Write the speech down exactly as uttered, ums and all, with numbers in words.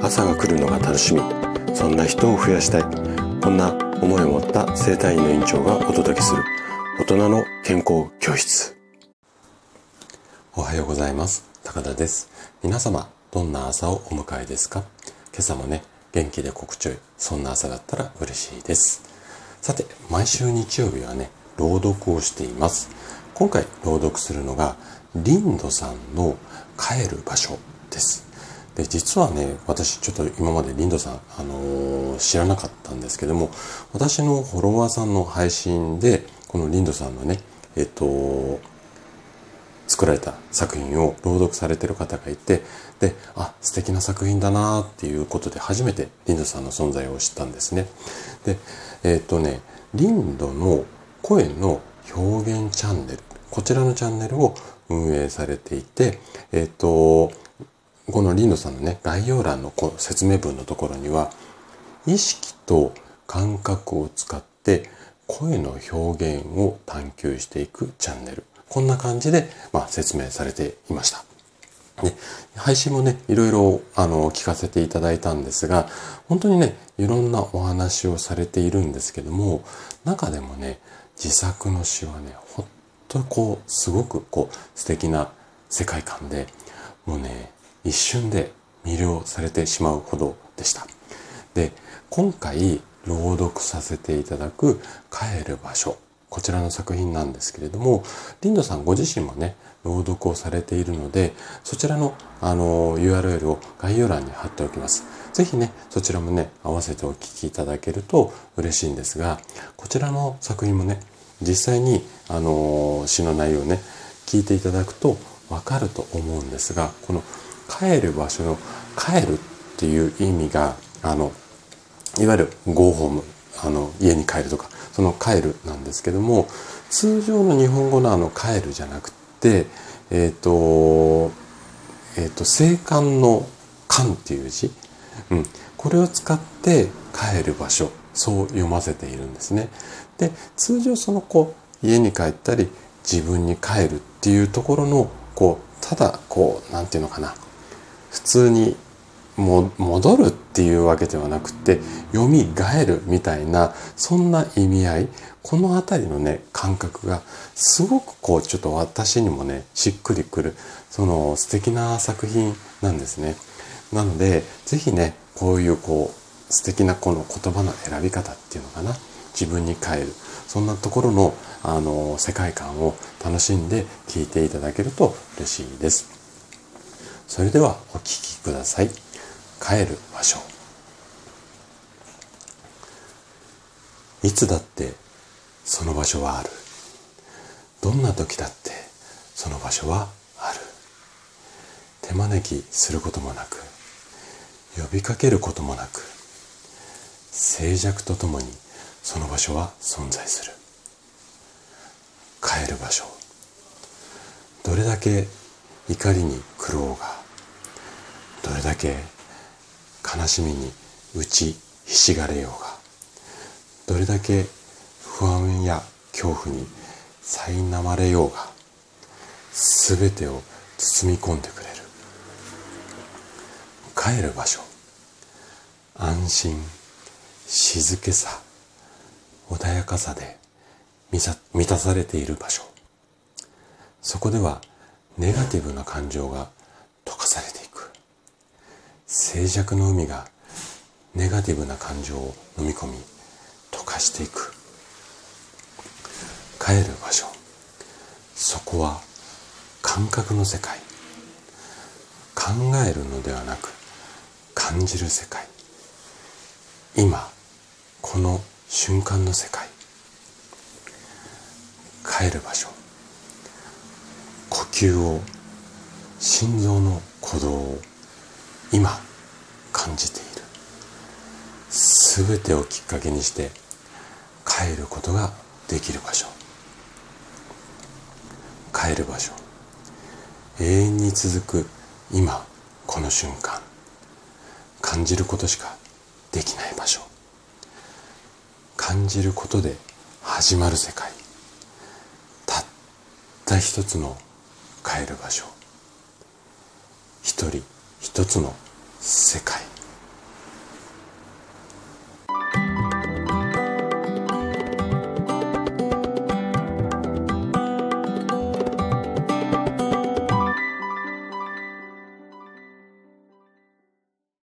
朝が来るのが楽しみ、そんな人を増やしたい、こんな思いを持った整体院の院長がお届けする大人の健康教室。おはようございます。高田です。皆様どんな朝をお迎えですか？今朝もね、元気で心地よい、そんな朝だったら嬉しいです。さて、毎週日曜日はね、朗読をしています。今回朗読するのがリンドさんの帰る場所です。で、実はね、私ちょっと今までリンドさん、あのー、知らなかったんですけども、私のフォロワーさんの配信でこのリンドさんのね、えっと作られた作品を朗読されている方がいて、で、あ、素敵な作品だなっていうことで初めてリンドさんの存在を知ったんですね。で、えっとね、リンドの声の表現チャンネル、こちらのチャンネルを運営されていて、えっと、このリンドさんのね、概要欄のこう説明文のところには、意識と感覚を使って声の表現を探求していくチャンネル。こんな感じで、まあ、説明されていました。で、配信もね、いろいろあの聞かせていただいたんですが、本当にね、いろんなお話をされているんですけども、中でもね、自作の詩はね、本当にこう、すごくこう、素敵な世界観で、もうね、一瞬で魅了されてしまうほどでした。で、今回朗読させていただく帰る場所、こちらの作品なんですけれども、リンドさんご自身もね、朗読をされているので、そちらの、あの ユーアールエル を概要欄に貼っておきます。ぜひね、そちらもね、合わせてお聞きいただけると嬉しいんですが、こちらの作品もね、実際に、あの詩の内容をね、聞いていただくとわかると思うんですが、この帰る場所の帰るっていう意味が、あの、いわゆる go home、あの、家に帰るとか、その帰るなんですけども、通常の日本語のあの帰るじゃなくて、えっと、えっと、生還の還っていう字、うん、これを使って帰る場所、そう読ませているんですね。で、通常そのこう、家に帰ったり、自分に帰るっていうところの、こう、ただこう、なんていうのかな、普通にも戻るっていうわけではなくて、蘇るみたいな、そんな意味合い、このあたりのね、感覚がすごくこうちょっと私にもね、しっくりくる、その素敵な作品なんですね。なので、ぜひね、こういうこう素敵なこの言葉の選び方っていうのかな、自分に帰る、そんなところのあの世界観を楽しんで聞いていただけると嬉しいです。それではお聞きください。帰る場所。いつだってその場所はある。どんな時だってその場所はある。手招きすることもなく、呼びかけることもなく、静寂とともにその場所は存在する。帰る場所。どれだけ怒りに狂おうが、どれだけ悲しみに打ちひしがれようが、どれだけ不安や恐怖に苛まれようが、すべてを包み込んでくれる。帰る場所。安心、静けさ、穏やかさで満たされている場所。そこではネガティブな感情が溶かされていく。静寂の海がネガティブな感情を飲み込み溶かしていく。帰る場所。そこは感覚の世界。考えるのではなく感じる世界。今この瞬間の世界。帰る場所。呼吸を、心臓の鼓動を今感じている。すべてをきっかけにして帰ることができる場所。帰る場所。永遠に続く今この瞬間。感じることしかできない場所。感じることで始まる世界。たった一つの帰る場所。一人一つの世界。